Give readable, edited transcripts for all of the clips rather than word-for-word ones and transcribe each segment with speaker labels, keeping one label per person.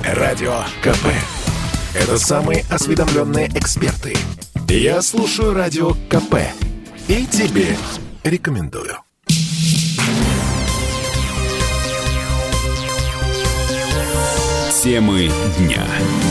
Speaker 1: Радио КП. Это самые осведомленные эксперты. Я слушаю Радио КП и тебе рекомендую. Темы дня.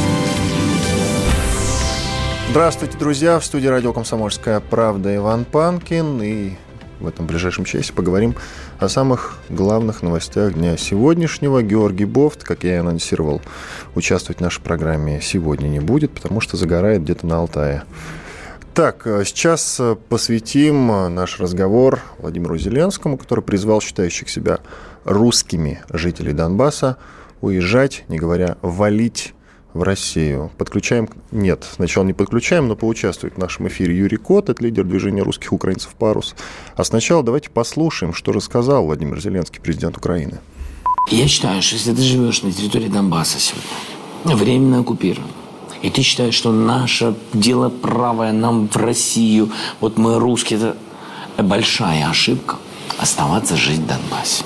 Speaker 2: Здравствуйте, друзья. В студии радио «Комсомольская правда» Иван Панкин. И в этом ближайшем часе поговорим о самых главных новостях дня сегодняшнего. Георгий Бофт, как я и анонсировал, участвовать в нашей программе сегодня не будет, потому что загорает где-то на Алтае. Так, сейчас посвятим наш разговор Владимиру Зеленскому, который призвал считающих себя русскими жителей Донбасса уезжать, не говоря валить в Россию. Подключаем? Нет, сначала не подключаем, но поучаствует в нашем эфире Юрий Кот, это лидер движения русских украинцев «Парус». А сначала давайте послушаем, что рассказал Владимир Зеленский, президент Украины.
Speaker 3: Я считаю, что если ты живешь на территории Донбасса сегодня, временно оккупирован, и ты считаешь, что наше дело правое нам в Россию, вот мы русские, это большая ошибка оставаться жить в Донбассе.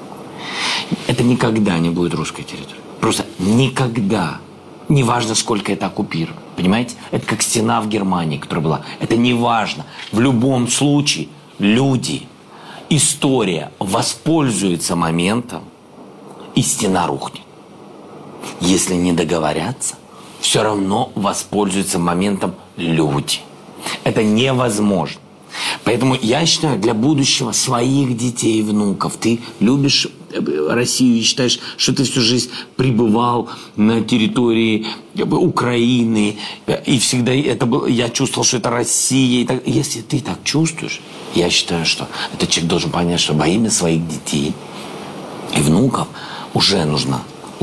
Speaker 3: Это никогда не будет русской территорией. Просто никогда. Неважно, сколько это оккупировано. Понимаете? Это как стена в Германии, которая была. Это неважно. В любом случае люди, история воспользуется моментом, и стена рухнет. Если не договорятся, все равно воспользуются моментом люди. Это невозможно. Поэтому я считаю, для будущего своих детей и внуков, ты любишь Россию и считаешь, что ты всю жизнь пребывал на территории Украины, и всегда это было, я чувствовал, что это Россия. И так, если ты так чувствуешь, я считаю, что этот человек должен понять, что во имя своих детей и внуков уже нужно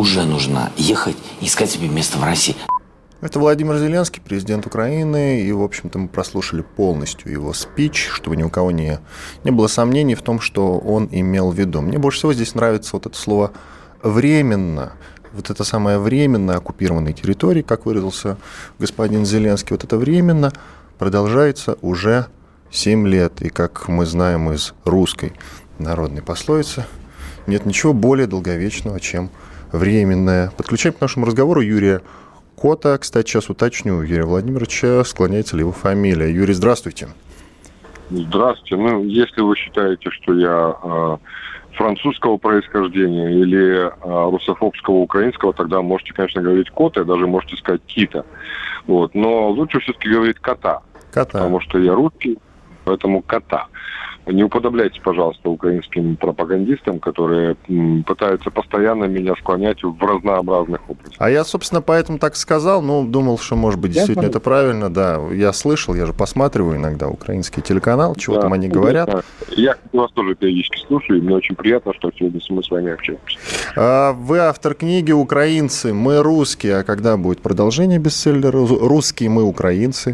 Speaker 3: ехать и искать себе место в России.
Speaker 2: Это Владимир Зеленский, президент Украины, и, в общем-то, мы прослушали полностью его спич, чтобы ни у кого не было сомнений в том, что он имел в виду. Мне больше всего здесь нравится вот это слово «временно», вот это самое временно оккупированной территории, как выразился господин Зеленский, вот это временно продолжается уже 7 лет, и, как мы знаем из русской народной пословицы, нет ничего более долговечного, чем временное. Подключаем к нашему разговору Юрия Кота. Кстати, сейчас уточню у Юрия Владимировича, склоняется ли его фамилия. Юрий, здравствуйте.
Speaker 4: Здравствуйте. Ну, если вы считаете, что я французского происхождения или русофобского украинского, тогда можете, конечно, говорить Кота, и даже можете сказать Кита. Вот. Но лучше все-таки говорить Кота. Потому что я русский, поэтому Кота. Не уподобляйтесь, пожалуйста, украинским пропагандистам, которые пытаются постоянно меня склонять в разнообразных образах.
Speaker 2: А я, собственно, поэтому так сказал, думал, что, может быть, действительно это правильно, да. Я слышал, я же посматриваю иногда украинский телеканал, чего там они говорят. Да.
Speaker 4: Я вас тоже периодически слушаю, и мне очень приятно, что сегодня мы с вами общаемся.
Speaker 2: Вы автор книги «Украинцы, мы русские», а когда будет продолжение бестселлера «Русские, мы украинцы»?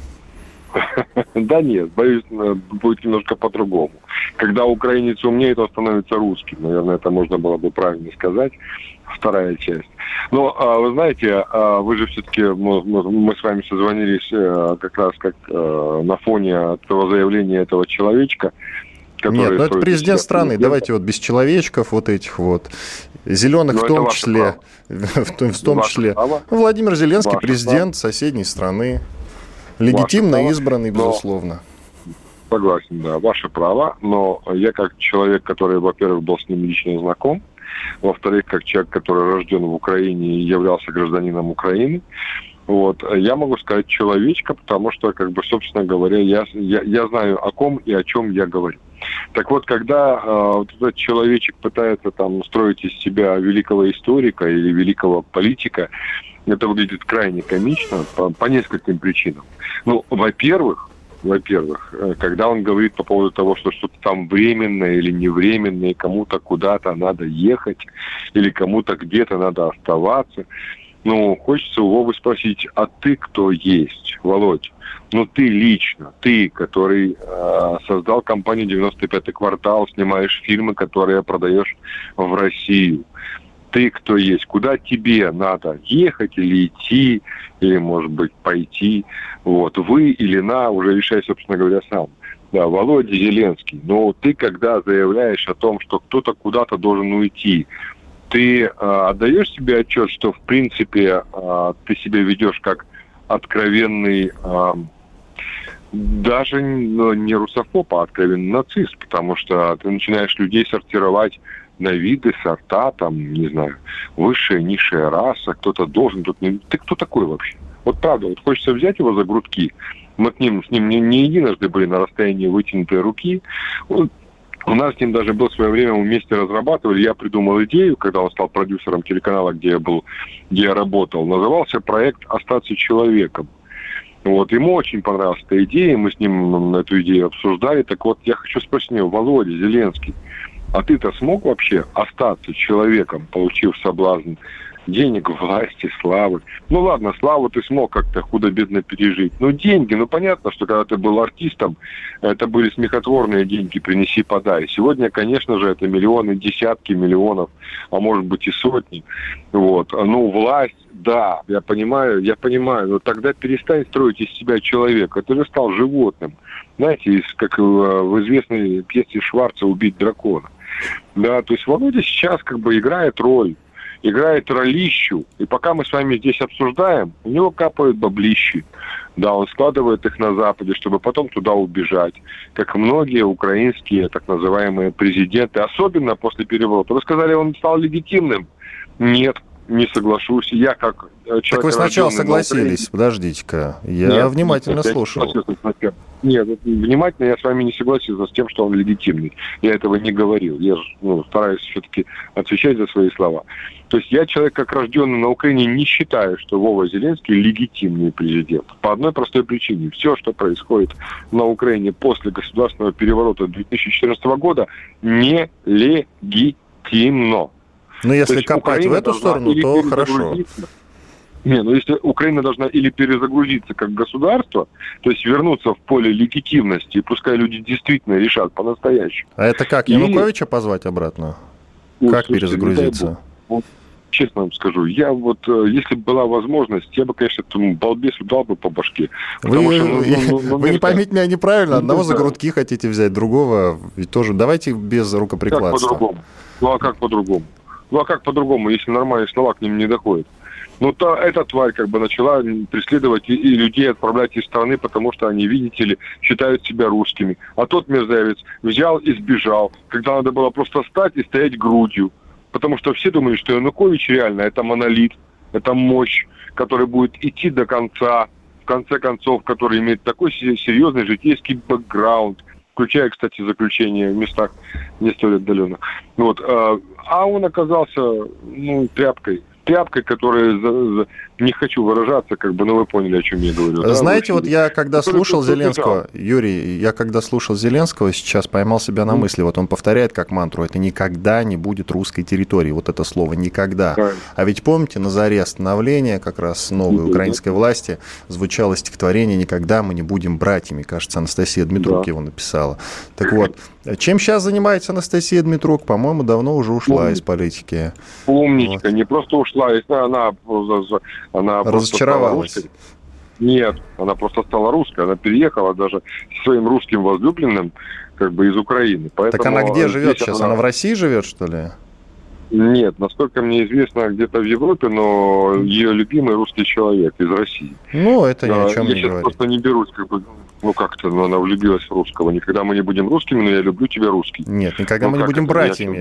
Speaker 4: Да нет, боюсь, будет немножко по-другому. Когда украинец умнеет, он становится русским. Наверное, это можно было бы правильно сказать. Вторая часть. Но, вы знаете, вы же все-таки, мы с вами созвонились как раз на фоне этого заявления этого человечка.
Speaker 2: Нет, это президент страны. Давайте вот без человечков вот этих вот. Зеленых в том числе. Владимир Зеленский, президент соседней страны. Легитимно избранный, безусловно.
Speaker 4: Согласен, да, ваше право. Но я как человек, который, во-первых, был с ним лично знаком, во-вторых, как человек, который рожден в Украине и являлся гражданином Украины, вот, я могу сказать человечка, потому что, собственно говоря, я знаю, о ком и о чем я говорю. Так вот, когда вот этот человечек пытается там строить из себя великого историка или великого политика, это выглядит крайне комично по нескольким причинам. Во-первых, когда он говорит по поводу того, что что-то там временное или невременное, и кому-то куда-то надо ехать, или кому-то где-то надо оставаться, хочется у Вовы спросить, а ты кто есть, Володь? Ты лично, ты, который создал компанию «95-й квартал», снимаешь фильмы, которые продаешь в Россию. Ты кто есть, куда тебе надо ехать или идти, или, может быть, пойти. Вот, вы или уже решай, собственно говоря, сам. Да, Володя Зеленский, но ты когда заявляешь о том, что кто-то куда-то должен уйти, ты отдаешь себе отчет, что, в принципе, ты себя ведешь как откровенный, даже не русофоб, а откровенный нацист, потому что ты начинаешь людей сортировать на виды, сорта, там, не знаю, высшая, низшая раса, кто-то должен, тут не... Ты кто такой вообще? Вот правда, вот хочется взять его за грудки. Мы с ним не единожды были на расстоянии вытянутой руки. У нас с ним даже был в свое время, мы вместе разрабатывали, я придумал идею, когда он стал продюсером телеканала, где я работал. Назывался проект «Остаться человеком». Вот, ему очень понравилась эта идея, мы с ним эту идею обсуждали. Так вот, я хочу спросить него, Володя Зеленский, а ты-то смог вообще остаться человеком, получив соблазн денег, власти, славы? Ну ладно, славу ты смог как-то худо-бедно пережить. Но деньги, понятно, что когда ты был артистом, это были смехотворные деньги, принеси, подай. Сегодня, конечно же, это миллионы, десятки миллионов, а может быть и сотни. Вот. Власть, да, я понимаю, но тогда перестань строить из себя человека. Ты же стал животным. Знаете, как в известной пьесе Шварца «Убить дракона». Да, то есть Володя сейчас играет ролищу, и пока мы с вами здесь обсуждаем, у него капают баблищи. Да, он складывает их на Западе, чтобы потом туда убежать. Как многие украинские так называемые президенты, особенно после переворота. Вы сказали, он стал легитимным? Нет, не соглашусь. Я как человек...
Speaker 2: Так вы сначала согласились, подождите-ка. Я внимательно слушал.
Speaker 4: Нет, внимательно я с вами не согласился с тем, что он легитимный. Я этого не говорил. Я стараюсь все-таки отвечать за свои слова. То есть я человек, как рожденный на Украине, не считаю, что Вова Зеленский легитимный президент. По одной простой причине. Все, что происходит на Украине после государственного переворота 2014 года, нелегитимно.
Speaker 2: Но если копать в эту сторону, то хорошо.
Speaker 4: Если Украина должна или перезагрузиться как государство, то есть вернуться в поле легитимности, и пускай люди действительно решат по-настоящему.
Speaker 2: А это как, Януковича позвать обратно? Как перезагрузиться?
Speaker 4: Честно вам скажу, я если бы была возможность, я бы, конечно, этому балбесу дал бы по башке.
Speaker 2: Вы не поймите меня неправильно, одного за грудки хотите взять, другого ведь тоже. Давайте без рукоприкладства.
Speaker 4: Как по-другому? А как по-другому, если нормальные слова к ним не доходят? Эта тварь начала преследовать и людей отправлять из страны, потому что они, видите ли, считают себя русскими. А тот мерзавец взял и сбежал, когда надо было просто встать и стоять грудью. Потому что все думали, что Янукович реально это монолит, это мощь, которая будет идти до конца, в конце концов, который имеет такой серьезный житейский бэкграунд, включая, кстати, заключение в местах не столь отдаленных. А он оказался тряпкой, которая, не хочу выражаться, но вы поняли, о чем я говорю.
Speaker 2: Знаете, я когда слушал Зеленского, Юрий, сейчас поймал себя на мысли, он повторяет как мантру, это никогда не будет русской территории, вот это слово «никогда». Да. А ведь помните, на заре становления как раз новой украинской власти звучало стихотворение «Никогда мы не будем братьями», кажется, Анастасия Дмитрук его написала. Так вот, чем сейчас занимается Анастасия Дмитрук? По-моему, давно уже ушла из политики.
Speaker 4: Умничка, не просто ушла, она
Speaker 2: разочаровалась.
Speaker 4: Нет, она просто стала русской. Она переехала даже со своим русским возлюбленным из Украины. Поэтому
Speaker 2: так она где живет сейчас? Она в России живет, что ли?
Speaker 4: Нет, насколько мне известно, где-то в Европе, но ее любимый русский человек из России.
Speaker 2: Это ни о чем не говорит.
Speaker 4: Я сейчас просто не берусь, она влюбилась в русского. Никогда мы не будем русскими, но я люблю тебя, русский.
Speaker 2: Нет, никогда мы не будем братьями.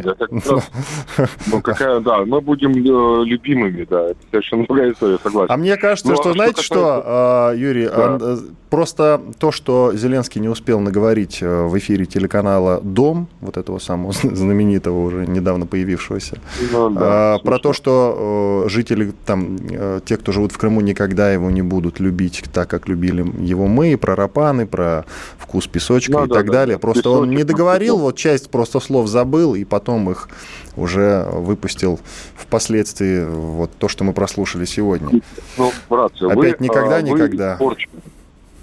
Speaker 4: Мы будем любимыми, да. Это совершенно другая история, согласен.
Speaker 2: А мне кажется, что, знаете что, Юрий, просто то, что Зеленский не успел наговорить в эфире телеканала «Дом», вот этого самого знаменитого, уже недавно появившегося, про то, что жители, те, кто живут в Крыму, никогда его не будут любить так, как любили его мы, про Рапаны, про вкус песочка и так далее. Просто он не договорил, часть просто слов забыл, и потом их уже выпустил впоследствии то, что мы прослушали сегодня.
Speaker 4: Братцы,
Speaker 2: опять никогда.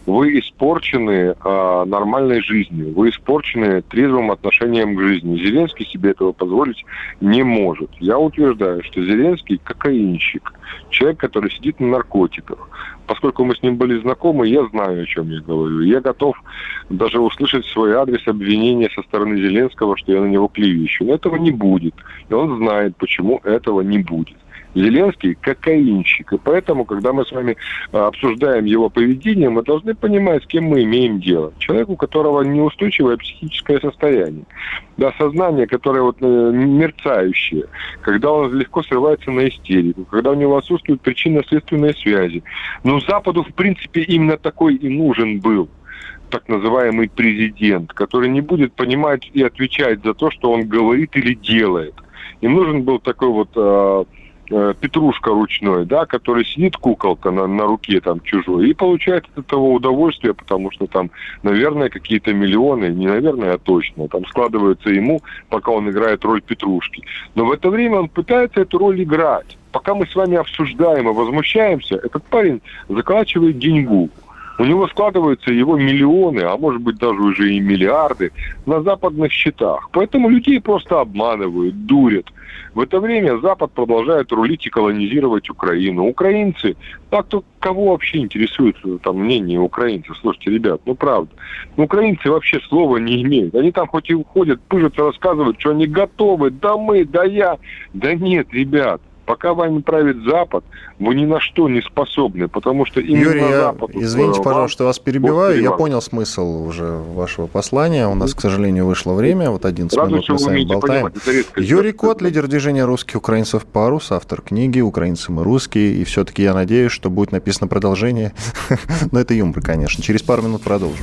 Speaker 4: вы испорчены нормальной жизнью, вы испорчены трезвым отношением к жизни. Зеленский себе этого позволить не может. Я утверждаю, что Зеленский кокаинщик, человек, который сидит на наркотиках. Поскольку мы с ним были знакомы, я знаю, о чем я говорю. Я готов даже услышать в свой адрес обвинения со стороны Зеленского, что я на него клевещу. Но этого не будет. И он знает, почему этого не будет. Зеленский кокаинщик. И поэтому, когда мы с вами обсуждаем его поведение, мы должны понимать, с кем мы имеем дело. Человек, у которого неустойчивое психическое состояние. Да, сознание, которое вот мерцающее. Когда он легко срывается на истерику. Когда у него отсутствуют причинно-следственные связи. Но Западу, в принципе, именно такой и нужен был. Так называемый президент, который не будет понимать и отвечать за то, что он говорит или делает. Им нужен был такой вот... Петрушка ручной, да, который сидит, куколка на руке там чужой, и получает от этого удовольствие, потому что там, наверное, какие-то миллионы, не наверное, а точно, там складываются ему, пока он играет роль Петрушки. Но в это время он пытается эту роль играть. Пока мы с вами обсуждаем и возмущаемся, этот парень заколачивает деньгу. У него складываются его миллионы, а может быть даже уже и миллиарды на западных счетах. Поэтому людей просто обманывают, дурят. В это время Запад продолжает рулить и колонизировать Украину. Украинцы, так-то кого вообще интересует там мнение украинцев? Слушайте, ребят, ну правда. Украинцы вообще слова не имеют. Они там хоть и уходят, пыжатся, рассказывают, что они готовы, да мы, да я. Да нет, ребят. Пока вами правит Запад, вы ни на что не способны, потому что именно
Speaker 2: Юрий,
Speaker 4: Запад...
Speaker 2: Извините, пожалуйста, что вас перебиваю. Я понял смысл уже вашего послания. У нас, к сожалению, вышло время. Вот 11 минут мы с вами болтаем. Юрий Кот, лидер движения русских украинцев «Парус», автор книги «Украинцы мы русские». И все-таки я надеюсь, что будет написано продолжение. Но это юмор, конечно. Через пару минут продолжим.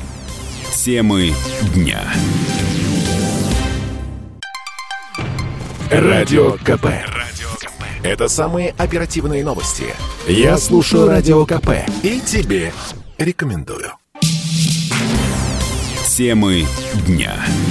Speaker 1: Темы дня. Радио КП. Это самые оперативные новости. Я слушаю Радио КП и тебе рекомендую. Темы дня.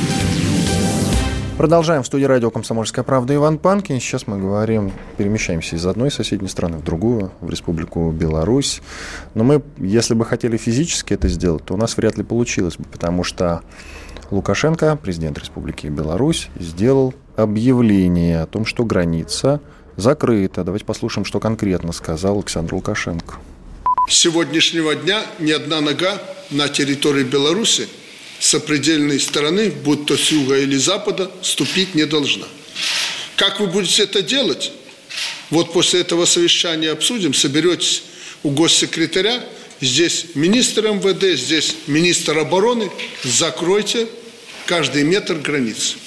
Speaker 2: Продолжаем. В студии радио «Комсомольская правда» Иван Панкин. Сейчас мы говорим, перемещаемся из одной соседней страны в другую, в Республику Беларусь. Но мы, если бы хотели физически это сделать, то у нас вряд ли получилось бы, потому что Лукашенко, президент Республики Беларусь, сделал объявление о том, что граница закрыто. Давайте послушаем, что конкретно сказал Александр Лукашенко.
Speaker 5: С сегодняшнего дня ни одна нога на территории Беларуси с сопредельной стороны, будь то с юга или запада, ступить не должна. Как вы будете это делать? Вот после этого совещания обсудим. Соберетесь у госсекретаря, здесь министр МВД, здесь министр обороны. Закройте каждый метр границы.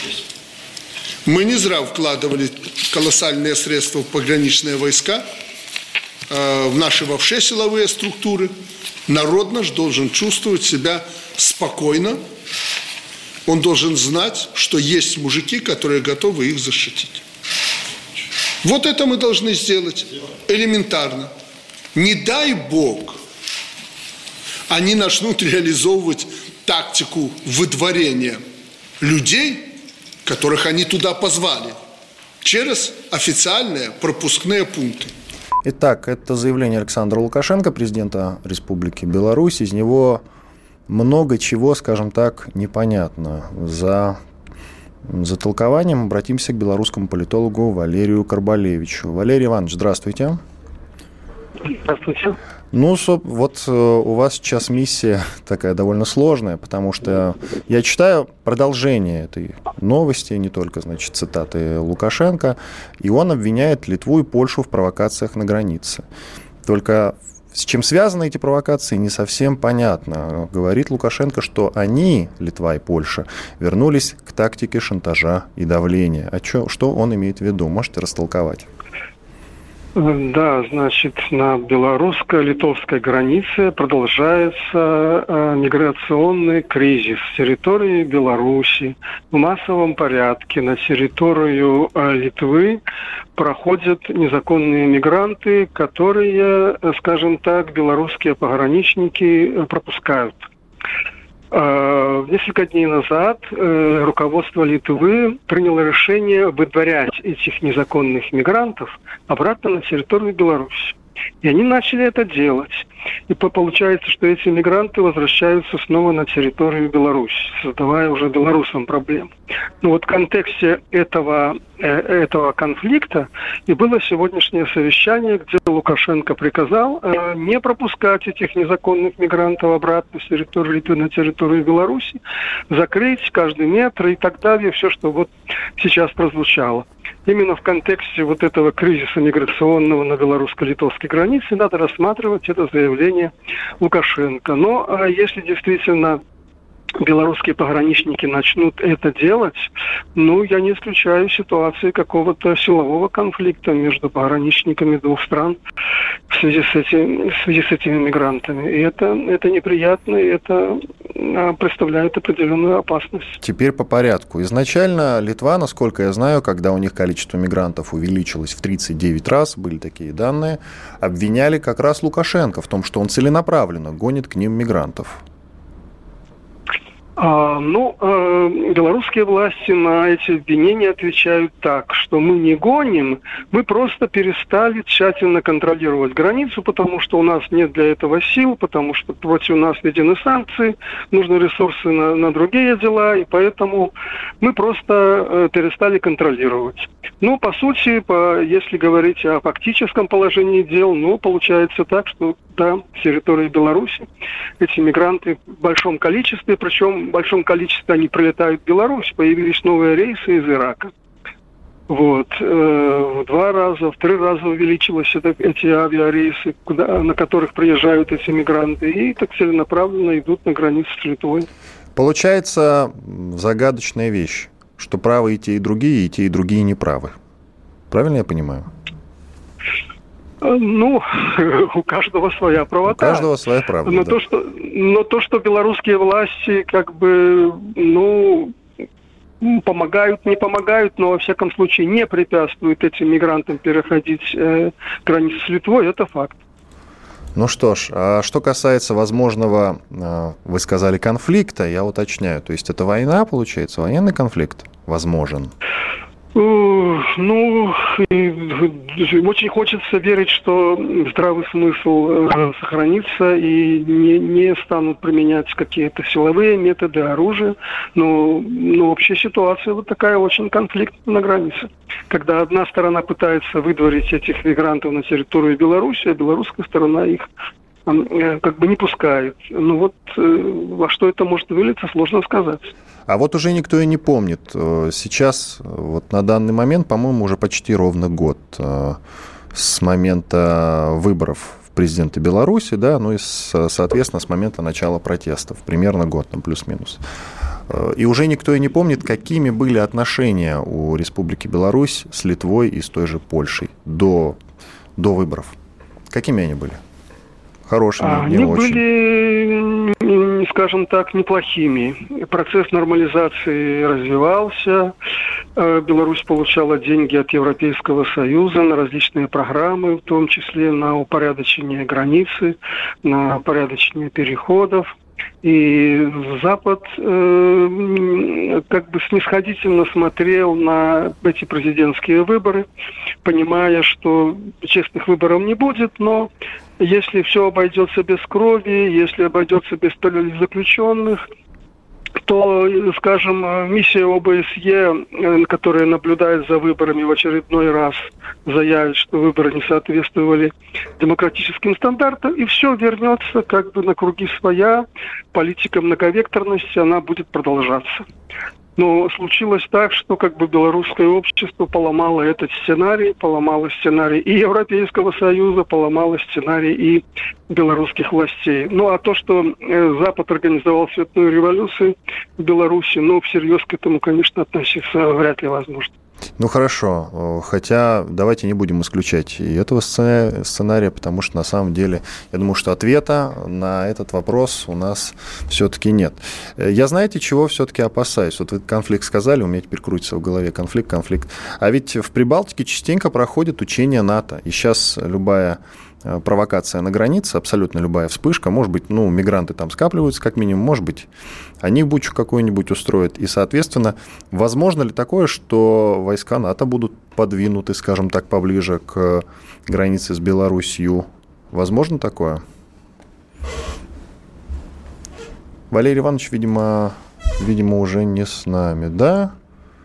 Speaker 5: Мы не зря вкладывали колоссальные средства в пограничные войска, в наши вообще силовые структуры. Народ наш должен чувствовать себя спокойно. Он должен знать, что есть мужики, которые готовы их защитить. Вот это мы должны сделать элементарно. Не дай Бог, они начнут реализовывать тактику выдворения людей, которых они туда позвали, через официальные пропускные пункты.
Speaker 2: Итак, это заявление Александра Лукашенко, президента Республики Беларусь. Из него много чего, скажем так, непонятно. За толкованием обратимся к белорусскому политологу Валерию Карбалевичу. Валерий Иванович, здравствуйте.
Speaker 6: Здравствуйте.
Speaker 2: Ну, вот у вас сейчас миссия такая довольно сложная, потому что я читаю продолжение этой новости, не только, значит, цитаты Лукашенко, и он обвиняет Литву и Польшу в провокациях на границе. Только с чем связаны эти провокации, не совсем понятно. Говорит Лукашенко, что они, Литва и Польша, вернулись к тактике шантажа и давления. А что он имеет в виду? Можете растолковать?
Speaker 6: Да, значит, на белорусско-литовской границе продолжается миграционный кризис с территории Беларуси. В массовом порядке на территорию Литвы проходят незаконные мигранты, которые, скажем так, белорусские пограничники пропускают. Несколько дней назад руководство Литвы приняло решение выдворять этих незаконных мигрантов обратно на территорию Беларуси. И они начали это делать. и получается, что эти мигранты возвращаются снова на территорию Беларуси, создавая уже белорусам проблем. Но вот в контексте этого конфликта и было сегодняшнее совещание, где Лукашенко приказал не пропускать этих незаконных мигрантов обратно с территории Литвы на территорию Беларуси, закрыть каждый метр и так далее, все, что вот сейчас прозвучало. Именно в контексте вот этого кризиса миграционного на белорусско-литовской границе надо рассматривать это заявление Лукашенко. Но если действительно белорусские пограничники начнут это делать, я не исключаю ситуации какого-то силового конфликта между пограничниками двух стран в связи с этими мигрантами. И это неприятно, и это представляет определенную опасность.
Speaker 2: Теперь по порядку. Изначально Литва, насколько я знаю, когда у них количество мигрантов увеличилось в 39 раз, были такие данные, обвиняли как раз Лукашенко в том, что он целенаправленно гонит к ним мигрантов.
Speaker 6: Белорусские власти на эти обвинения отвечают так, что мы не гоним, мы просто перестали тщательно контролировать границу, потому что у нас нет для этого сил, потому что против нас введены санкции, нужны ресурсы на другие дела, и поэтому мы просто перестали контролировать. По сути, если говорить о фактическом положении дел, получается так, что да, с территории Беларуси эти мигранты в большом количестве, причем в большом количестве они прилетают в Беларусь, появились новые рейсы из Ирака. В 2 раза, в 3 раза увеличились эти авиарейсы, на которых приезжают эти мигранты, и так целенаправленно идут на границу с Литвой.
Speaker 2: Получается загадочная вещь, что правы и те, и другие не правы. Правильно я понимаю?
Speaker 6: У каждого своя правота.
Speaker 2: У каждого своя правда.
Speaker 6: Но то, что белорусские власти помогают, не помогают, но во всяком случае не препятствуют этим мигрантам переходить границу с Литвой, это факт.
Speaker 2: Ну что ж, а что касается возможного, вы сказали, конфликта, я уточняю, то есть это война, получается, военный конфликт возможен?
Speaker 6: Очень хочется верить, что здравый смысл сохранится и не станут применять какие-то силовые методы, оружие. Но общая ситуация вот такая очень конфликтная на границе. Когда одна сторона пытается выдворить этих мигрантов на территорию Беларуси, а белорусская сторона их не пускает. Во что это может вылиться, сложно сказать.
Speaker 2: А вот уже никто и не помнит. Сейчас, на данный момент, по-моему, уже почти ровно год с момента выборов в президенты Беларуси, да, и, соответственно, с момента начала протестов. Примерно год, плюс-минус. И уже никто и не помнит, какими были отношения у Республики Беларусь с Литвой и с той же Польшей до выборов. Какими они были? Хорошими, не очень? Они
Speaker 6: были, скажем так, неплохими. Процесс нормализации развивался. Беларусь получала деньги от Европейского Союза на различные программы, в том числе на упорядочение границы, на упорядочение переходов. И Запад снисходительно смотрел на эти президентские выборы, понимая, что честных выборов не будет, но если все обойдется без крови, если обойдется без заключенных, то, скажем, миссия ОБСЕ, которая наблюдает за выборами, в очередной раз заявит, что выборы не соответствовали демократическим стандартам, и все вернется на круги своя. Политика многовекторности, она будет продолжаться. Но случилось так, что белорусское общество поломало этот сценарий, поломало сценарий и Европейского Союза, поломало сценарий и белорусских властей. А то, что Запад организовал цветную революцию в Беларуси, всерьез к этому, конечно, относиться вряд ли возможно.
Speaker 2: Хорошо, хотя давайте не будем исключать и этого сценария, потому что на самом деле, я думаю, что ответа на этот вопрос у нас все-таки нет. Я, знаете, чего все-таки опасаюсь? Вот вы конфликт сказали, у меня теперь крутится в голове конфликт. А ведь в Прибалтике частенько проходят учения НАТО, и сейчас любая провокация на границе, абсолютно любая вспышка, может быть, мигранты там скапливаются как минимум, может быть, они бучу какую-нибудь устроят, и, соответственно, возможно ли такое, что войска НАТО будут подвинуты, скажем так, поближе к границе с Белоруссией? Возможно такое? Валерий Иванович, видимо, уже не с нами, да?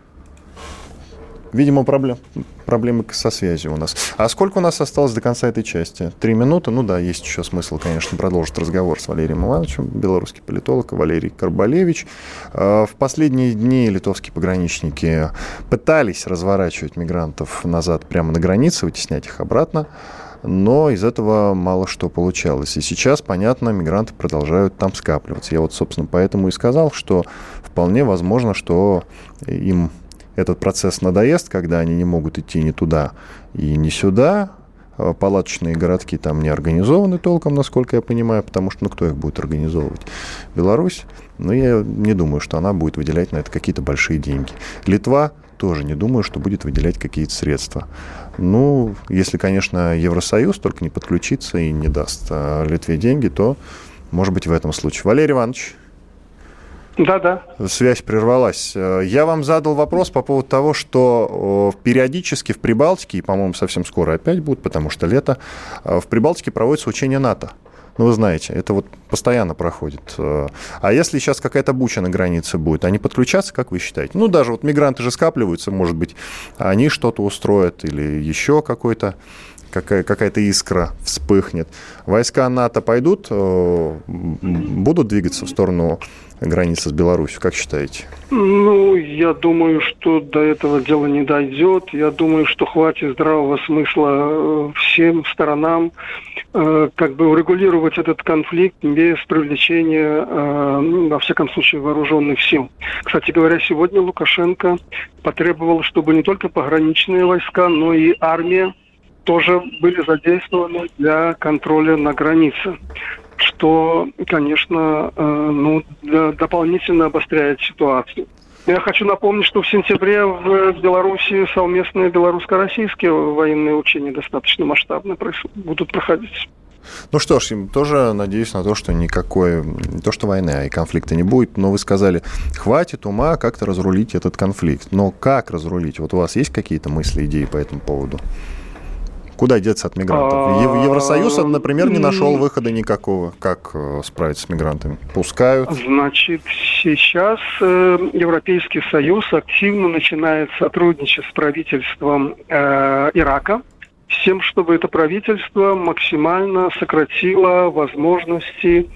Speaker 2: Видимо, проблемы со связью у нас. А сколько у нас осталось до конца этой части? 3 минуты? Ну да, есть еще смысл, конечно, продолжить разговор с Валерием Ивановичем, белорусский политолог Валерий Карбалевич. В последние дни литовские пограничники пытались разворачивать мигрантов назад прямо на границе, вытеснять их обратно, но из этого мало что получалось. И сейчас, понятно, мигранты продолжают там скапливаться. Я вот, собственно, поэтому и сказал, что вполне возможно, что им этот процесс надоест, когда они не могут идти ни туда и ни сюда. Палаточные городки там не организованы толком, насколько я понимаю, потому что, кто их будет организовывать? Беларусь? Но я не думаю, что она будет выделять на это какие-то большие деньги. Литва тоже не думаю, что будет выделять какие-то средства. Если, конечно, Евросоюз только не подключится и не даст Литве деньги, то, может быть, в этом случае. Валерий Иванович.
Speaker 6: Да.
Speaker 2: Связь прервалась. Я вам задал вопрос по поводу того, что периодически в Прибалтике, и, по-моему, совсем скоро опять будет, потому что лето, в Прибалтике проводятся учения НАТО. Вы знаете, это вот постоянно проходит. А если сейчас какая-то буча на границе будет, они подключатся, как вы считаете? Даже вот мигранты же скапливаются, может быть, они что-то устроят или еще какая-то искра вспыхнет. Войска НАТО пойдут, будут двигаться в сторону границы с Беларусью, как считаете?
Speaker 6: Я думаю, что до этого дела не дойдет. Я думаю, что хватит здравого смысла всем сторонам урегулировать этот конфликт без привлечения, во всяком случае, вооруженных сил. Кстати говоря, сегодня Лукашенко потребовал, чтобы не только пограничные войска, но и армия тоже были задействованы для контроля на границе, что, конечно, дополнительно обостряет ситуацию. Я хочу напомнить, что в сентябре в Беларуси совместные белорусско-российские военные учения достаточно масштабно будут проходить.
Speaker 2: Что ж, тоже надеюсь на то, что не то, что войны и конфликта не будет, но вы сказали, хватит ума как-то разрулить этот конфликт. Но как разрулить? Вот у вас есть какие-то мысли, идеи по этому поводу? Куда деться от мигрантов? Евросоюз, например, не нашел выхода никакого. Как справиться с мигрантами? Пускают?
Speaker 6: Значит, сейчас Европейский Союз активно начинает сотрудничать с правительством Ирака, с тем, чтобы это правительство максимально сократило возможности,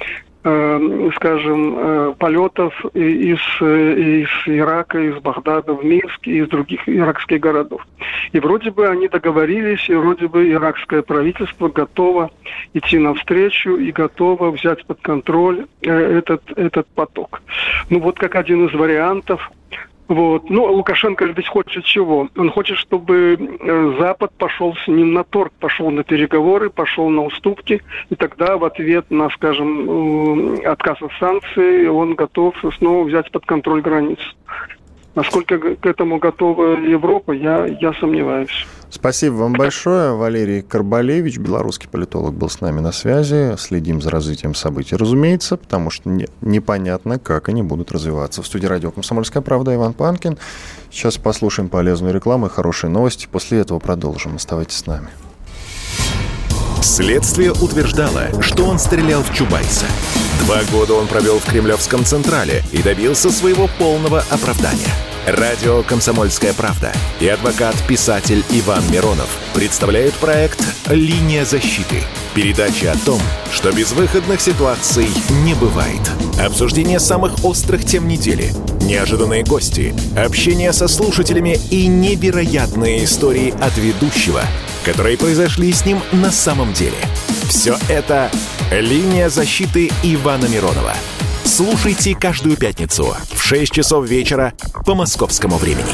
Speaker 6: полетов из Ирака, из Багдада в Минск и из других иракских городов. И вроде бы они договорились, и вроде бы иракское правительство готово идти навстречу и готово взять под контроль этот поток. Как один из вариантов. Лукашенко ведь хочет чего? Он хочет, чтобы Запад пошел с ним на торг, пошел на переговоры, пошел на уступки, и тогда в ответ на, отказ от санкций он готов снова взять под контроль границу. Насколько к этому готова Европа, я сомневаюсь.
Speaker 2: Спасибо вам большое. Валерий Карбалевич, белорусский политолог, был с нами на связи. Следим за развитием событий, разумеется, потому что непонятно, как они будут развиваться. В студии радио «Комсомольская правда» Иван Панкин. Сейчас послушаем полезную рекламу и хорошие новости. После этого продолжим. Оставайтесь с нами.
Speaker 1: Следствие утверждало, что он стрелял в Чубайса. 2 года он провел в Кремлевском Централе и добился своего полного оправдания. Радио «Комсомольская правда» и адвокат-писатель Иван Миронов представляют проект «Линия защиты». Передача о том, что безвыходных ситуаций не бывает. Обсуждение самых острых тем недели, неожиданные гости, общение со слушателями и невероятные истории от ведущего, которые произошли с ним на самом деле. Все это «Линия защиты» Ивана Миронова. Слушайте каждую пятницу в 6 часов вечера по московскому времени.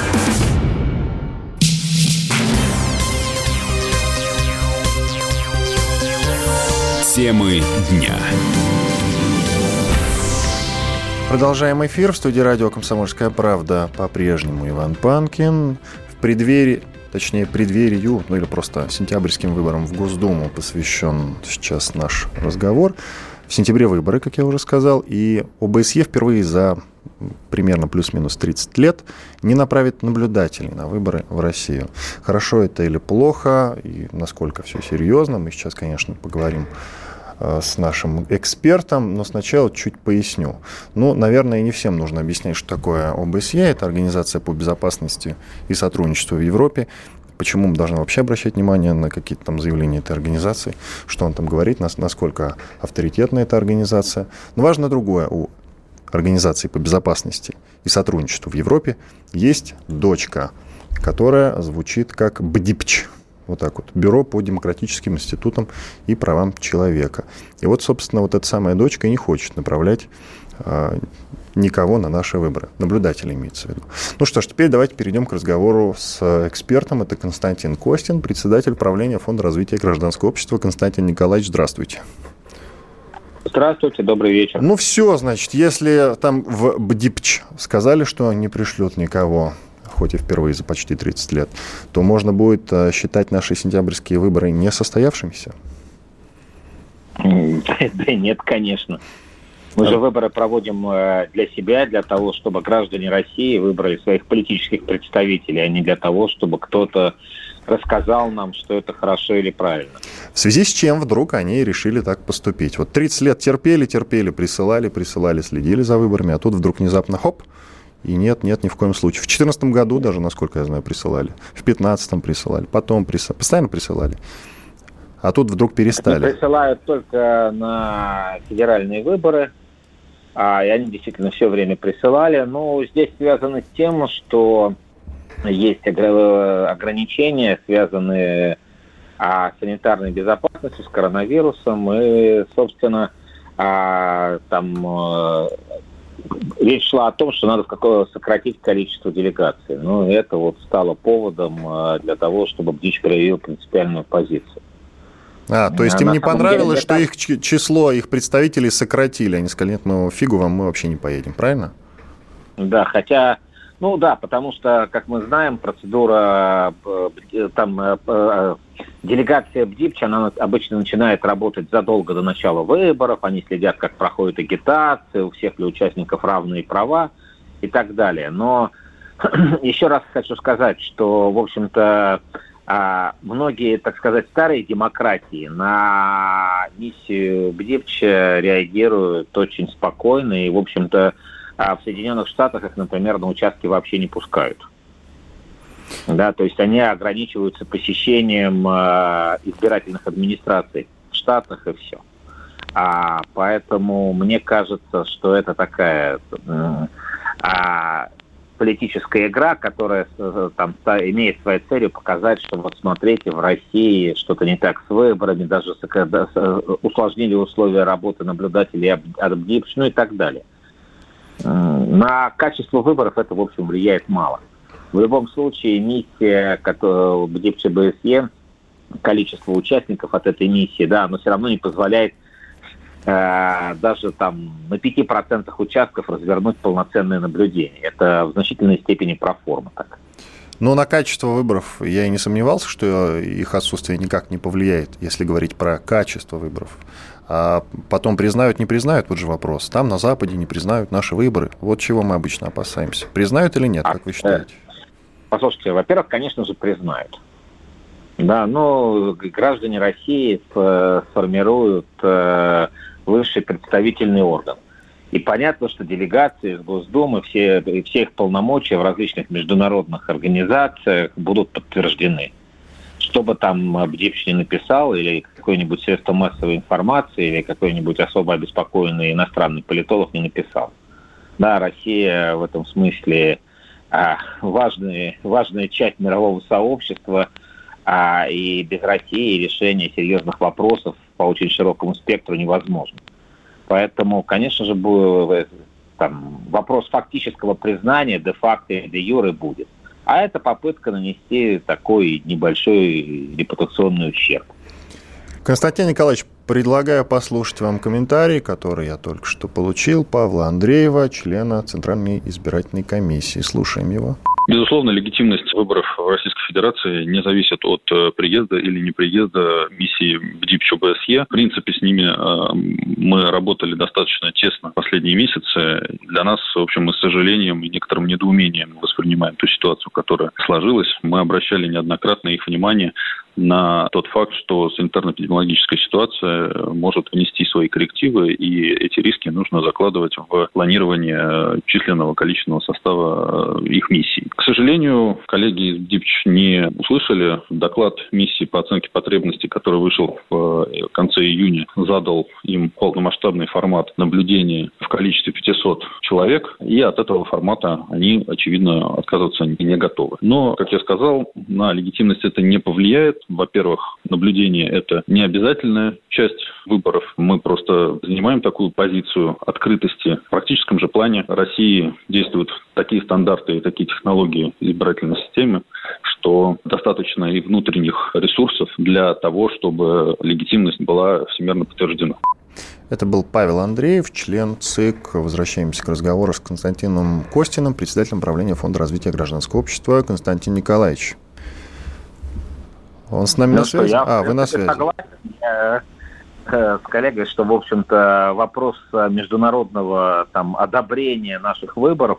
Speaker 1: Темы дня.
Speaker 2: Продолжаем эфир. В студии радио «Комсомольская правда» по-прежнему Иван Панкин. В преддверию, или просто сентябрьским выборам в Госдуму посвящен сейчас наш разговор. В сентябре выборы, как я уже сказал, и ОБСЕ впервые за примерно плюс-минус 30 лет не направит наблюдателей на выборы в Россию. Хорошо это или плохо, и насколько все серьезно, мы сейчас, конечно, поговорим с нашим экспертом, но сначала чуть поясню. Наверное, не всем нужно объяснять, что такое ОБСЕ. Это Организация по безопасности и сотрудничеству в Европе. Почему мы должны вообще обращать внимание на какие-то там заявления этой организации, что он там говорит, насколько авторитетна эта организация. Но важно другое. У Организации по безопасности и сотрудничеству в Европе есть дочка, которая звучит как БДИПЧ. Вот так вот. Бюро по демократическим институтам и правам человека. И вот, собственно, вот эта самая дочка не хочет направлять никого на наши выборы. Наблюдатели имеется в виду. Ну что ж, теперь давайте перейдем к разговору с экспертом. Это Константин Костин, председатель правления Фонда развития гражданского общества. Константин Николаевич, здравствуйте.
Speaker 7: Здравствуйте, добрый вечер.
Speaker 2: Все, значит, если там в БДИПЧ сказали, что не пришлют никого, хоть и впервые за почти 30 лет, то можно будет считать наши сентябрьские выборы несостоявшимися?
Speaker 7: Да нет, конечно. Мы же выборы проводим для себя, для того, чтобы граждане России выбрали своих политических представителей, а не для того, чтобы кто-то рассказал нам, что это хорошо или правильно.
Speaker 2: В связи с чем вдруг они решили так поступить? Вот 30 лет терпели, присылали, следили за выборами, а тут вдруг внезапно хоп, и нет, ни в коем случае. В 2014 году даже, насколько я знаю, присылали. В 2015 присылали, потом постоянно присылали. А тут вдруг перестали.
Speaker 7: Они присылают только на федеральные выборы, и они действительно все время присылали. Но здесь связано с тем, что есть ограничения, связанные с санитарной безопасностью, с коронавирусом. И, собственно, речь шла о том, что надо сократить количество делегаций. Это вот стало поводом для того, чтобы БДИПЧ проявил принципиальную позицию.
Speaker 2: То есть им не понравилось, что их число, их представителей сократили. Они сказали, нет, фигу вам, мы вообще не поедем, правильно?
Speaker 7: Да, хотя, потому что, как мы знаем, процедура, делегация БДИПЧ, она обычно начинает работать задолго до начала выборов, они следят, как проходит агитация, у всех ли участников равные права и так далее. Но еще раз хочу сказать, что, в общем-то, многие, так сказать, старые демократии на миссию БДИПЧ реагируют очень спокойно, и, в общем-то, в Соединенных Штатах их, например, на участки вообще не пускают. Да, то есть они ограничиваются посещением избирательных администраций в Штатах, и все. Поэтому мне кажется, что это такая политическая игра, которая имеет своей целью показать, что вот смотрите, в России что-то не так с выборами, даже усложнили условия работы наблюдателей от БДИПЧ, и так далее. На качество выборов это, в общем, влияет мало. В любом случае, миссия БДИПЧ ОБСЕ, количество участников от этой миссии, оно все равно не позволяет даже на 5% участков развернуть полноценное наблюдение. Это в значительной степени проформа. Так.
Speaker 2: На качество выборов я и не сомневался, что их отсутствие никак не повлияет, если говорить про качество выборов. А потом признают, не признают, вот же вопрос. Там на Западе не признают наши выборы. Вот чего мы обычно опасаемся. Признают или нет, как вы считаете?
Speaker 7: Послушайте, во-первых, конечно же, признают. Да, граждане России сформируют высший представительный орган. И понятно, что делегации из Госдумы, все их полномочия в различных международных организациях будут подтверждены. Что бы там БДИПЧ не написал, или какое-нибудь средство массовой информации, или какой-нибудь особо обеспокоенный иностранный политолог не написал. Да, Россия в этом смысле важная часть мирового сообщества, и без России решение серьезных вопросов по очень широкому спектру невозможно. Поэтому, конечно же, вопрос фактического признания де-факто и де-юре будет. А это попытка нанести такой небольшой репутационный ущерб.
Speaker 2: Константин Николаевич, предлагаю послушать вам комментарий, который я только что получил, Павла Андреева, члена Центральной избирательной комиссии. Слушаем его.
Speaker 8: Безусловно, легитимность выборов в Российской Федерации не зависит от приезда или неприезда миссии БДИПЧ ОБСЕ. В принципе, с ними мы работали достаточно тесно в последние месяцы. Для нас, в общем, мы с сожалением и некоторым недоумением воспринимаем ту ситуацию, которая сложилась. Мы обращали неоднократно их внимание на тот факт, что санитарно-эпидемиологическая ситуация может внести свои коррективы, и эти риски нужно закладывать в планирование численного количественного состава их миссий. К сожалению, коллеги из БДИПЧ не услышали. Доклад миссии по оценке потребностей, который вышел в конце июня, задал им полномасштабный формат наблюдения в количестве 500 человек, и от этого формата они, очевидно, отказываться не готовы. Но, как я сказал, на легитимность это не повлияет. Во-первых, наблюдение – это не обязательная часть выборов. Мы просто занимаем такую позицию открытости. В практическом же плане России действуют такие стандарты и такие технологии избирательной системы, что достаточно и внутренних ресурсов для того, чтобы легитимность была всемирно подтверждена.
Speaker 2: Это был Павел Андреев, член ЦИК. Возвращаемся к разговору с Константином Костиным, председателем правления Фонда развития гражданского общества. Константин Николаевич. Он с нами на связи? Вы на связи.
Speaker 7: Согласен с коллегой, что, в общем-то, вопрос международного одобрения наших выборов,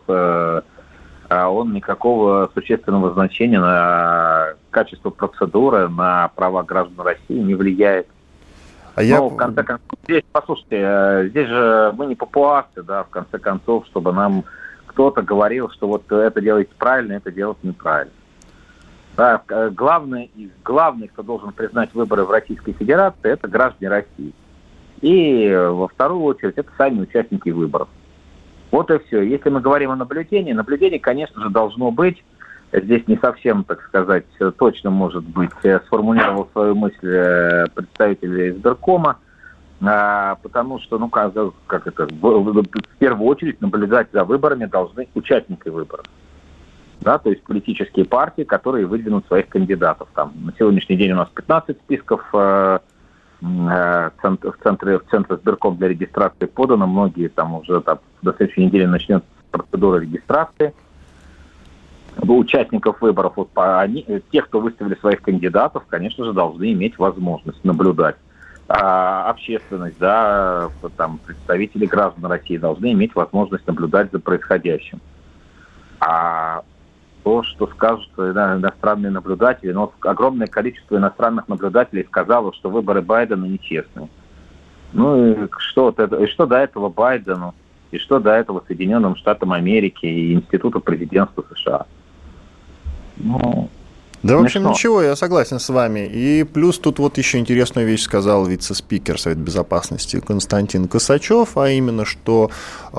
Speaker 7: он никакого существенного значения на качество процедуры, на права граждан России не влияет. Но, в конце концов, послушайте, здесь же мы не папуасы, в конце концов, чтобы нам кто-то говорил, что вот это делаете правильно, это делать неправильно. Да, главный, кто должен признать выборы в Российской Федерации, это граждане России. И во вторую очередь это сами участники выборов. Вот и все. Если мы говорим о наблюдение, конечно же, должно быть. Здесь не совсем, так сказать, точно, может быть, сформулировал свою мысль представитель избиркома, потому что, в первую очередь наблюдать за выборами должны участники выборов. Да, то есть политические партии, которые выдвинут своих кандидатов. На сегодняшний день у нас 15 списков в Центр избирком для регистрации подано. Многие уже до следующей недели начнется процедура регистрации участников выборов. Те, кто выставили своих кандидатов, конечно же, должны иметь возможность наблюдать. Общественность, представители граждан России должны иметь возможность наблюдать за происходящим. А то, что скажут иностранные наблюдатели, огромное количество иностранных наблюдателей сказало, что выборы Байдена нечестные. И что до этого Байдену, и что до этого Соединенным Штатам Америки и Институту президентства США?
Speaker 2: В общем, ничего, я согласен с вами. И плюс тут еще интересную вещь сказал вице-спикер Совета Безопасности Константин Косачев, а именно, что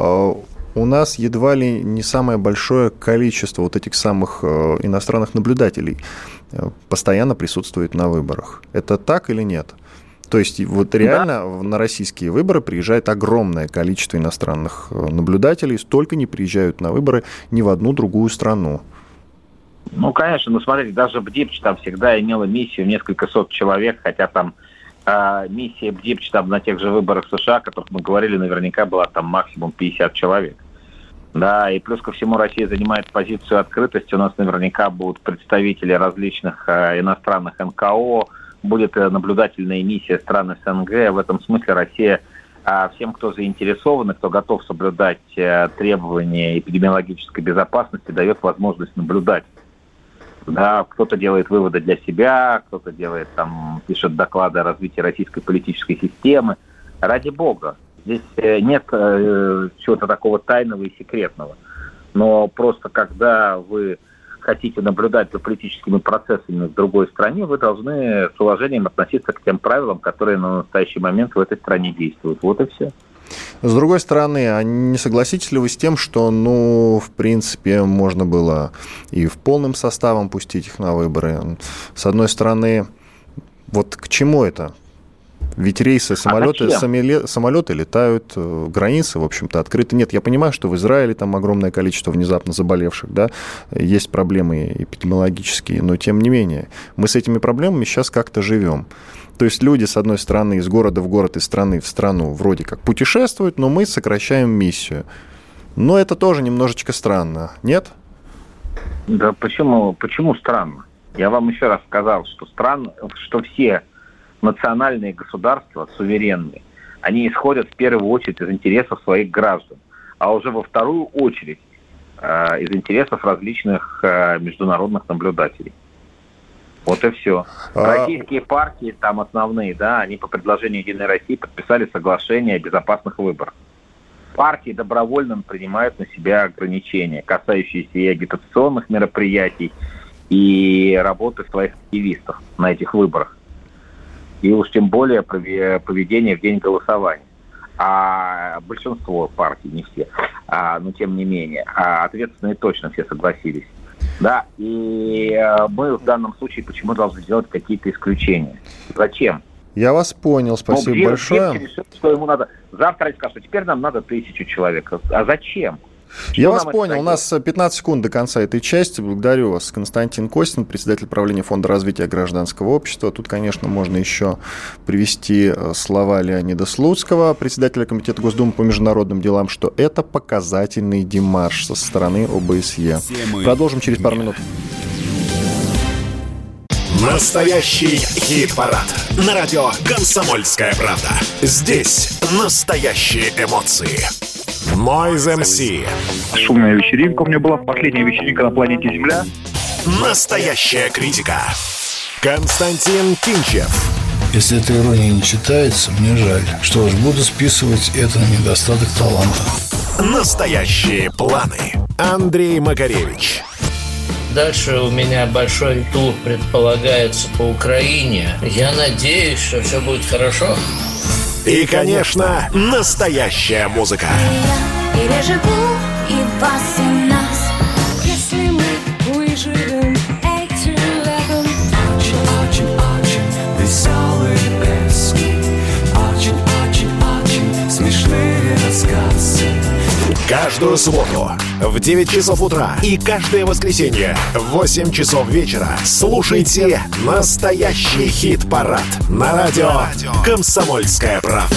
Speaker 2: у нас едва ли не самое большое количество этих самых иностранных наблюдателей постоянно присутствует на выборах. Это так или нет? То есть реально на российские выборы приезжает огромное количество иностранных наблюдателей, столько не приезжают на выборы ни в одну другую страну.
Speaker 7: Конечно, смотрите, даже БДИПЧ всегда имела миссию в несколько сот человек, хотя миссия БДИПЧ на тех же выборах в США, о которых мы говорили, наверняка была максимум 50 человек. Да, и плюс ко всему Россия занимает позицию открытости. У нас наверняка будут представители различных иностранных НКО, будет наблюдательная миссия стран СНГ. В этом смысле Россия всем, кто заинтересован, кто готов соблюдать требования эпидемиологической безопасности, дает возможность наблюдать. Да, кто-то делает выводы для себя, кто-то пишет доклады о развитии российской политической системы. Ради бога, здесь нет чего-то такого тайного и секретного. Но просто когда вы хотите наблюдать за политическими процессами в другой стране, вы должны с уважением относиться к тем правилам, которые на настоящий момент в этой стране действуют. Вот и все.
Speaker 2: С другой стороны, а не согласитесь ли вы с тем, что, в принципе, можно было и в полным составом пустить их на выборы? С одной стороны, к чему это? Ведь рейсы, самолеты летают, границы, в общем-то, открыты. Нет, я понимаю, что в Израиле огромное количество внезапно заболевших, да, есть проблемы эпидемиологические, но тем не менее, мы с этими проблемами сейчас как-то живем. То есть люди, с одной стороны, из города в город, из страны в страну вроде как путешествуют, но мы сокращаем миссию. Но это тоже немножечко странно, нет?
Speaker 7: Да почему странно? Я вам еще раз сказал, что что все национальные государства суверенные, они исходят в первую очередь из интересов своих граждан, а уже во вторую очередь из интересов различных международных наблюдателей. Вот и все. Российские партии, там основные, да, они по предложению «Единой России» подписали соглашение о безопасных выборах. Партии добровольно принимают на себя ограничения, касающиеся и агитационных мероприятий, и работы своих активистов на этих выборах. И уж тем более поведение в день голосования. А большинство партий, не все, но тем не менее, ответственные точно все согласились. Да, и мы в данном случае почему должны делать какие-то исключения? Зачем?
Speaker 2: Я вас понял, спасибо большое.
Speaker 7: Решил, что ему надо завтра скажут, что теперь нам надо 1000 человек. А зачем?
Speaker 2: Я вас понял. У нас 15 секунд до конца этой части. Благодарю вас. Константин Костин, председатель правления Фонда развития гражданского общества. Тут, конечно, можно еще привести слова Леонида Слуцкого, председателя Комитета Госдумы по международным делам, что это показательный демарш со стороны ОБСЕ. Продолжим через пару минут.
Speaker 1: Настоящий хит-парад. На радио «Комсомольская правда». Здесь настоящие эмоции. Noise MC.
Speaker 9: Шумная вечеринка у меня была. Последняя вечеринка на планете Земля.
Speaker 1: Настоящая критика. Константин Кинчев.
Speaker 10: Если эта ирония не читается, мне жаль. Что ж, буду списывать это на недостаток таланта.
Speaker 1: Настоящие планы. Андрей Макаревич.
Speaker 11: Дальше у меня большой тур предполагается по Украине. Я надеюсь, что все будет хорошо.
Speaker 1: И, конечно, настоящая музыка.
Speaker 12: Я переживу и вас, и нас, если мы выживем этим летом.
Speaker 13: Очень-очень-очень веселые песни, очень-очень-очень смешные рассказы.
Speaker 1: Каждую субботу в 9 часов утра и каждое воскресенье в 8 часов вечера слушайте настоящий хит-парад на радио «Комсомольская правда».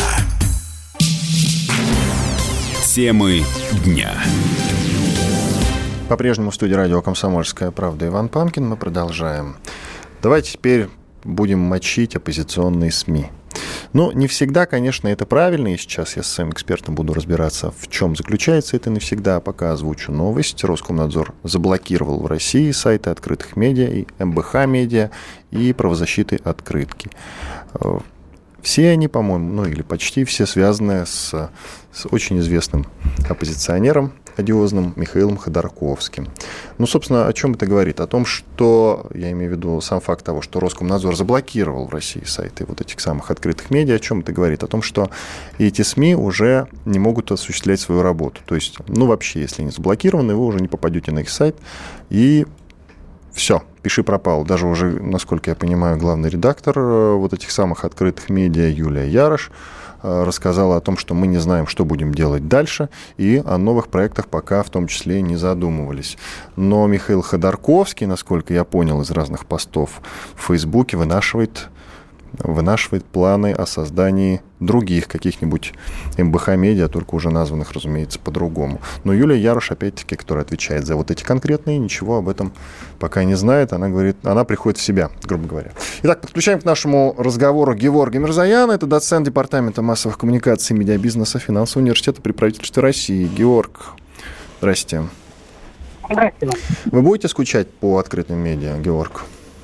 Speaker 14: Темы дня.
Speaker 2: По-прежнему в студии радио «Комсомольская правда» Иван Панкин. Мы продолжаем. Давайте теперь будем мочить оппозиционные СМИ. Но не всегда, конечно, это правильно, и сейчас я с своим экспертом буду разбираться, в чем заключается это не всегда. Пока озвучу новость. Роскомнадзор заблокировал в России сайты открытых медиа и МБХ медиа и правозащиты «Открытки». Все они, по-моему, или почти все связаны с очень известным оппозиционером одиозным Михаилом Ходорковским. Собственно, о чем это говорит? О том, что, я имею в виду сам факт того, что Роскомнадзор заблокировал в России сайты вот этих самых открытых медиа, о чем это говорит? О том, что эти СМИ уже не могут осуществлять свою работу. То есть, вообще, если они заблокированы, вы уже не попадете на их сайт, и все, пиши пропал. Даже уже, насколько я понимаю, главный редактор вот этих самых открытых медиа Юлия Ярош рассказала о том, что мы не знаем, что будем делать дальше, и о новых проектах пока в том числе не задумывались. Но Михаил Ходорковский, насколько я понял из разных постов в Фейсбуке, вынашивает планы о создании других каких-нибудь МБХ-медиа, только уже названных, разумеется, по-другому. Но Юлия Ярош, опять-таки, которая отвечает за вот эти конкретные, ничего об этом пока не знает. Она говорит, она приходит в себя, грубо говоря. Итак, подключаем к нашему разговору Геворга Мирзояна. Это доцент Департамента массовых коммуникаций и медиабизнеса Финансового университета при правительстве России. Георг, здрасте.
Speaker 15: Здрасте.
Speaker 2: Вы будете скучать по открытым медиа, Георг?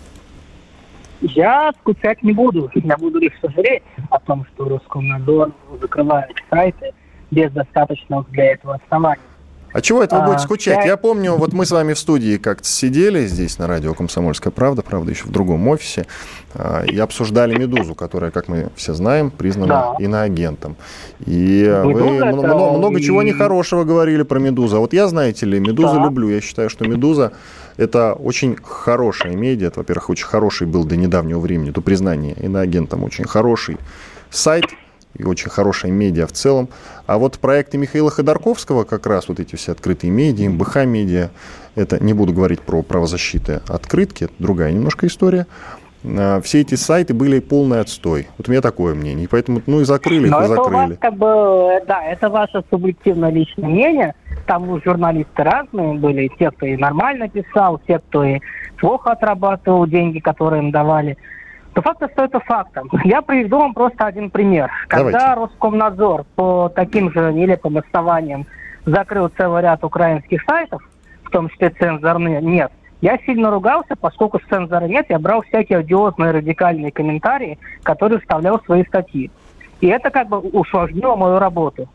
Speaker 15: Я скучать не буду. Я буду лишь сожалеть о том, что Роскомнадзор закрывает сайты без достаточных для этого оснований.
Speaker 2: А чего это вы будете скучать? Я помню, вот мы с вами в студии как-то сидели здесь на радио «Комсомольская правда», правда, еще в другом офисе, и обсуждали «Медузу», которая, как мы все знаем, признана иноагентом. И вы много чего нехорошего говорили про «Медузу». А вот я, знаете ли, «Медузу» люблю. Я считаю, что «Медуза» — это очень хорошая медиа. Это, во-первых, очень хороший был до недавнего времени, до признания иноагентом, очень хороший сайт и очень хорошая медиа в целом. А вот проекты Михаила Ходорковского, как раз вот эти все открытые медиа, МБХ-медиа, это, не буду говорить про правозащиты «Открытки», это другая немножко история. Все эти сайты были полный отстой. Вот у меня такое мнение. И поэтому, и закрыли их, и закрыли.
Speaker 15: Это ваше субъективное личное мнение. Там журналисты разные были. Те, кто и нормально писал, те, кто и плохо отрабатывал деньги, которые им давали. Но факт остается фактом. Я приведу вам просто один пример. Когда Роскомнадзор по таким же нелепым основаниям закрыл целый ряд украинских сайтов, в том числе цензорные, нет, Я сильно ругался, поскольку цензора нет, я брал всякие одиозные радикальные комментарии, которые вставлял в свои статьи. И это как бы усложнило мою работу.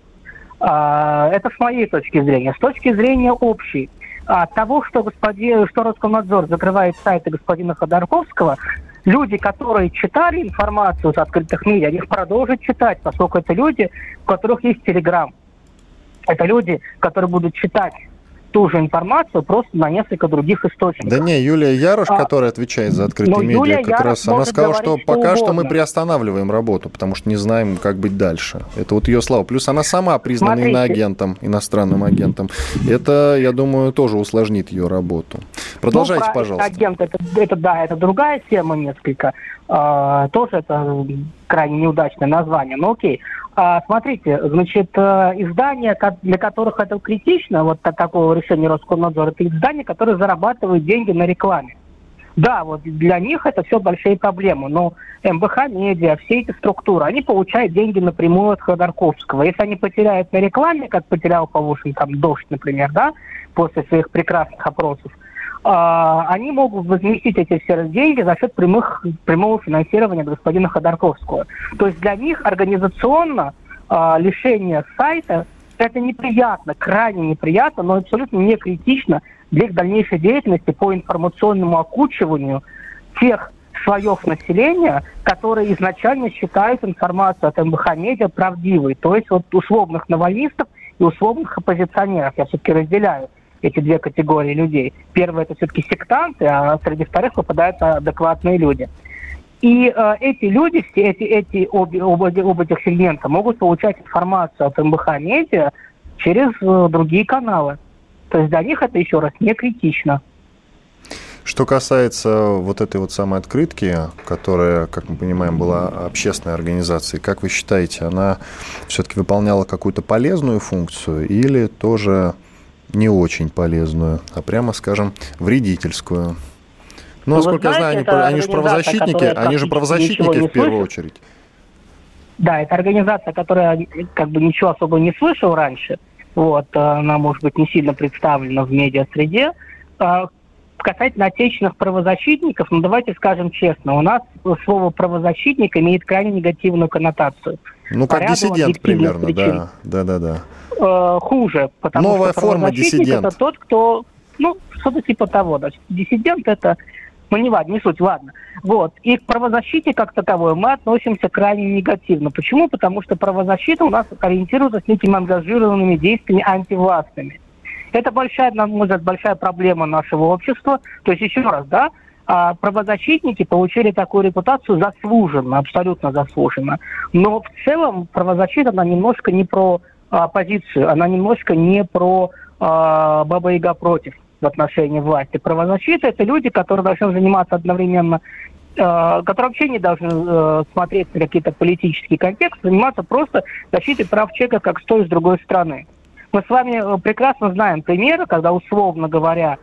Speaker 15: Это с моей точки зрения. С точки зрения общей. От того, что Роскомнадзор закрывает сайты господина Ходорковского, люди, которые читали информацию с открытых медиа, они их продолжат читать, поскольку это люди, у которых есть Телеграм. Это люди, которые будут читать ту же информацию просто на несколько других источников.
Speaker 2: Да не, Юлия Ярош, которая отвечает за открытые медиа, как раз она сказала, что пока что мы приостанавливаем работу, потому что не знаем, как быть дальше. Это вот ее слова. Плюс она сама признана иноагентом, иностранным агентом. Это, я думаю, тоже усложнит ее работу. Продолжайте, пожалуйста.
Speaker 15: Агент, это другая тема несколько. Тоже это крайне неудачное название. Но окей. Смотрите, значит, издания, для которых это критично, вот такого решения Роскомнадзора, это издания, которые зарабатывают деньги на рекламе. Да, вот для них это все большие проблемы, но МБХ Медиа, все эти структуры, они получают деньги напрямую от Ходорковского. Если они потеряют на рекламе, как потерял Павлушин, там, «Дождь», например, да, после своих прекрасных опросов, они могут возместить эти все деньги за счет прямого финансирования господина Ходорковского. То есть для них организационно лишение сайта это неприятно, крайне неприятно, но абсолютно не критично для их дальнейшей деятельности по информационному окучиванию тех слоев населения, которые изначально считают информацию от МБХ Медиа правдивой. То есть вот условных навальнистов и условных оппозиционеров. Я все-таки разделяю эти две категории людей. Первое — это все-таки сектанты, а среди вторых попадаются адекватные люди. И эти люди, оба этих сегмента могут получать информацию от МБХ Медиа через другие каналы. То есть для них это, еще раз, не критично.
Speaker 2: Что касается вот этой вот самой открытки, которая, как мы понимаем, была общественной организацией, как вы считаете, она все-таки выполняла какую-то полезную функцию или тоже не очень полезную, а прямо, скажем, вредительскую? Ну, насколько я знаю, они же правозащитники в первую очередь.
Speaker 15: Да, это организация, которая как бы ничего особо не слышал раньше. Вот, она, может быть, не сильно представлена в медиа-среде. Касательно отечественных правозащитников, ну, давайте скажем честно, у нас слово «правозащитник» имеет крайне негативную коннотацию.
Speaker 2: Ну, как диссидент примерно, да.
Speaker 15: Хуже, потому
Speaker 2: новая
Speaker 15: что
Speaker 2: форма
Speaker 15: правозащитник
Speaker 2: диссидент.
Speaker 15: Это тот, кто, ну, что-то типа того, да. Диссидент это, ну, не суть, ладно. Вот. И к правозащите как таковой мы относимся крайне негативно. Почему? Потому что правозащита у нас ориентируется с некими ангажированными действиями антивластными. Это большая, на мой взгляд, большая проблема нашего общества. То есть, еще раз, да, правозащитники получили такую репутацию заслуженно, абсолютно заслуженно. Но в целом правозащита, она немножко не про оппозицию, она немножко не про Баба-Яга против в отношении власти. Правозащита — это люди, которые должны заниматься одновременно, которые вообще не должны смотреть на какие-то политические контексты, заниматься просто защитой прав человека как с той и с другой стороны. Мы с вами прекрасно знаем примеры, когда, условно говоря,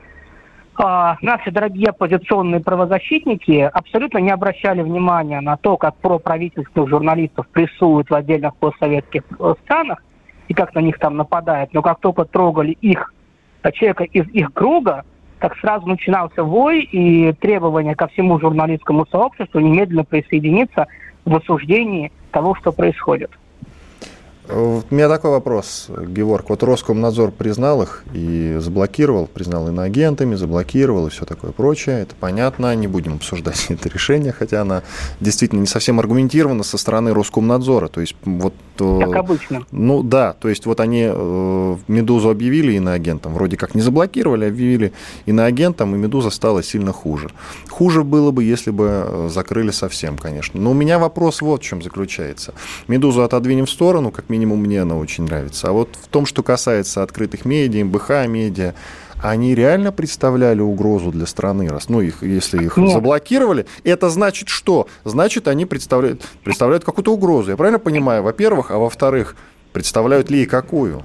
Speaker 15: наши дорогие оппозиционные правозащитники абсолютно не обращали внимания на то, как проправительственных журналистов прессуют в отдельных постсоветских странах и как на них там нападают. Но как только трогали их, человека из их круга, так сразу начинался вой и требования ко всему журналистскому сообществу немедленно присоединиться в осуждении того, что происходит.
Speaker 2: У меня такой вопрос, Георг. Вот Роскомнадзор признал их и заблокировал, признал иноагентами, заблокировал и все такое прочее. Это понятно, не будем обсуждать это решение, хотя она действительно не совсем аргументирована со стороны Роскомнадзора. То есть вот,
Speaker 15: как обычно.
Speaker 2: Ну да, то есть вот они «Медузу» объявили иноагентом, вроде как не заблокировали, объявили иноагентом, и «Медуза» стала сильно хуже. Хуже было бы, если бы закрыли совсем, конечно. Но у меня вопрос вот в чем заключается. «Медузу» отодвинем в сторону, как минимум мне она очень нравится. А вот в том, что касается открытых медиа, МБХ медиа, они реально представляли угрозу для страны, раз, ну, если их заблокировали, это значит что? Значит, они представляют какую-то угрозу. Я правильно понимаю, во-первых, а во-вторых, представляют ли и какую?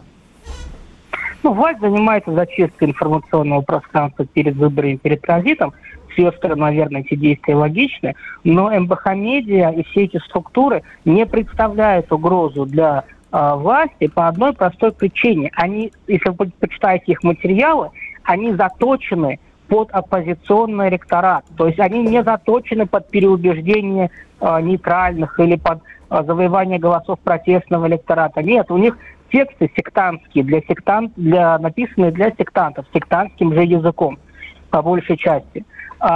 Speaker 15: Ну, власть занимается зачисткой информационного пространства перед выборами, перед транзитом. С ее стороны, наверное, эти действия логичны, но МБХ медиа и все эти структуры не представляют угрозу для власти по одной простой причине. Они, если вы почитаете их материалы, они заточены под оппозиционный электорат. То есть они не заточены под переубеждение нейтральных или под завоевание голосов протестного электората. Нет, у них тексты сектантские, написанные для сектантов, сектантским же языком, по большей части.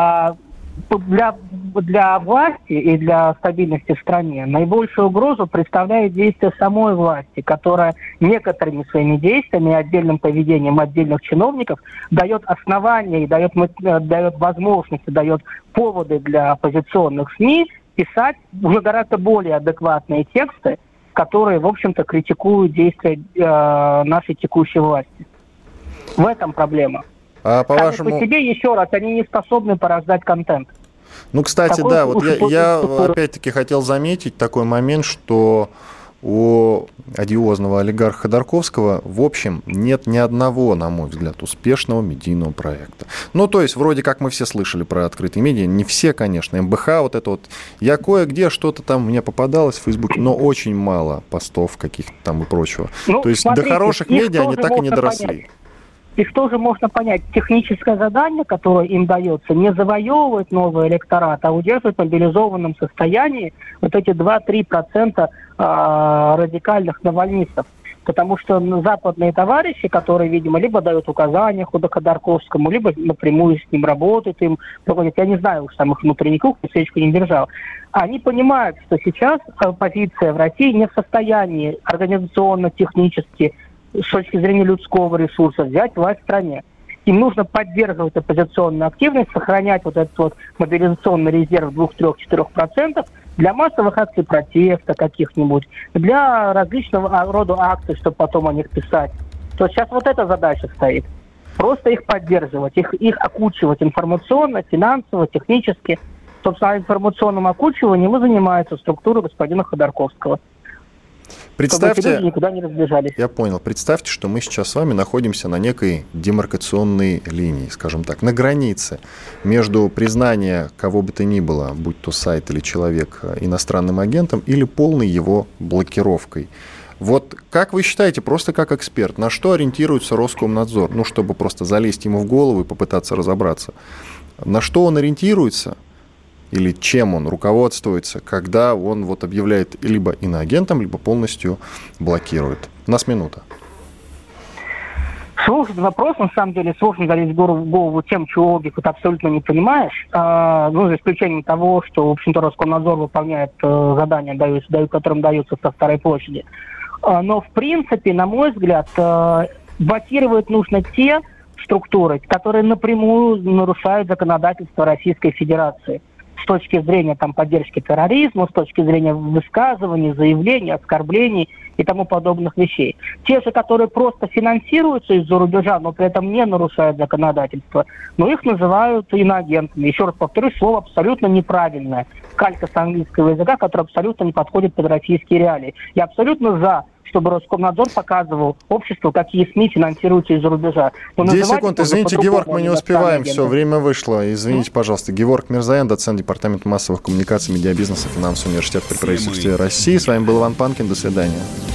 Speaker 15: Для власти и для стабильности в стране наибольшую угрозу представляет действие самой власти, которая некоторыми своими действиями и отдельным поведением отдельных чиновников дает основания и дает возможности, дает поводы для оппозиционных СМИ писать уже гораздо более адекватные тексты, которые, в общем-то, критикуют действия нашей текущей власти. В этом проблема.
Speaker 2: А
Speaker 15: по себе, еще раз, они не способны порождать контент.
Speaker 2: Ну, кстати, да, вот я опять-таки хотел заметить такой момент, что у одиозного олигарха Ходорковского, в общем, нет ни одного, на мой взгляд, успешного медийного проекта. Ну, то есть, вроде как мы все слышали про открытые медиа, не все, конечно, МБХ, вот это вот, я кое-где что-то там мне попадалось в Фейсбуке, но очень мало постов каких-то там и прочего. Ну, то есть, смотрите, до хороших медиа они так и не доросли.
Speaker 15: Понять. Их тоже можно понять. Техническое задание, которое им дается, не завоевывать новый электорат, а удерживать в мобилизованном состоянии вот эти 2-3% радикальных навальнистов. Потому что западные товарищи, которые, видимо, либо дают указания Ходорковскому, либо напрямую с ним работают, им проводят, я не знаю уж там их внутренний круг, свечку не держал, они понимают, что сейчас оппозиция в России не в состоянии организационно-технически, с точки зрения людского ресурса, взять власть в стране. Им нужно поддерживать оппозиционную активность, сохранять вот этот вот мобилизационный резерв 2-3-4% для массовых акций протеста каких-нибудь, для различного рода акций, чтобы потом о них писать. То есть сейчас вот эта задача стоит. Просто их поддерживать, их окучивать информационно, финансово, технически. Собственно, информационным окучиванием и занимается структура господина Ходорковского.
Speaker 2: Представьте,
Speaker 15: никуда не разбежались.
Speaker 2: Я понял. Представьте, что мы сейчас с вами находимся на некой демаркационной линии, скажем так, на границе между признанием кого бы то ни было, будь то сайт или человек, иностранным агентом, или полной его блокировкой. Вот как вы считаете, просто как эксперт, на что ориентируется Роскомнадзор? Ну, чтобы просто залезть ему в голову и попытаться разобраться. На что он ориентируется? Или чем он руководствуется, когда он вот объявляет либо иноагентом, либо полностью блокирует? У нас минута.
Speaker 15: Сложный вопрос, на самом деле, сложно залезть в голову тем, чего логику ты абсолютно не понимаешь. За исключением того, что, в общем-то, Роскомнадзор выполняет задания, которым даются со Старой площади. Но, в принципе, на мой взгляд, блокировать нужно те структуры, которые напрямую нарушают законодательство Российской Федерации. С точки зрения поддержки терроризма, с точки зрения высказываний, заявлений, оскорблений и тому подобных вещей. Те же, которые просто финансируются из-за рубежа, но при этом не нарушают законодательство, но их называют иноагентами. Еще раз повторюсь, слово абсолютно неправильное. Калька с английского языка, которое абсолютно не подходит под российские реалии. Я абсолютно за, чтобы Роскомнадзор показывал обществу, какие СМИ финансируются из-за рубежа.
Speaker 2: 10 секунд, извините, Геворг, мы не успеваем, все, время вышло. Извините, пожалуйста. Геворг Мирзоян, доцент Департамента массовых коммуникаций, медиабизнеса, финансового университета при правительстве России. С вами был Иван Панкин, до свидания.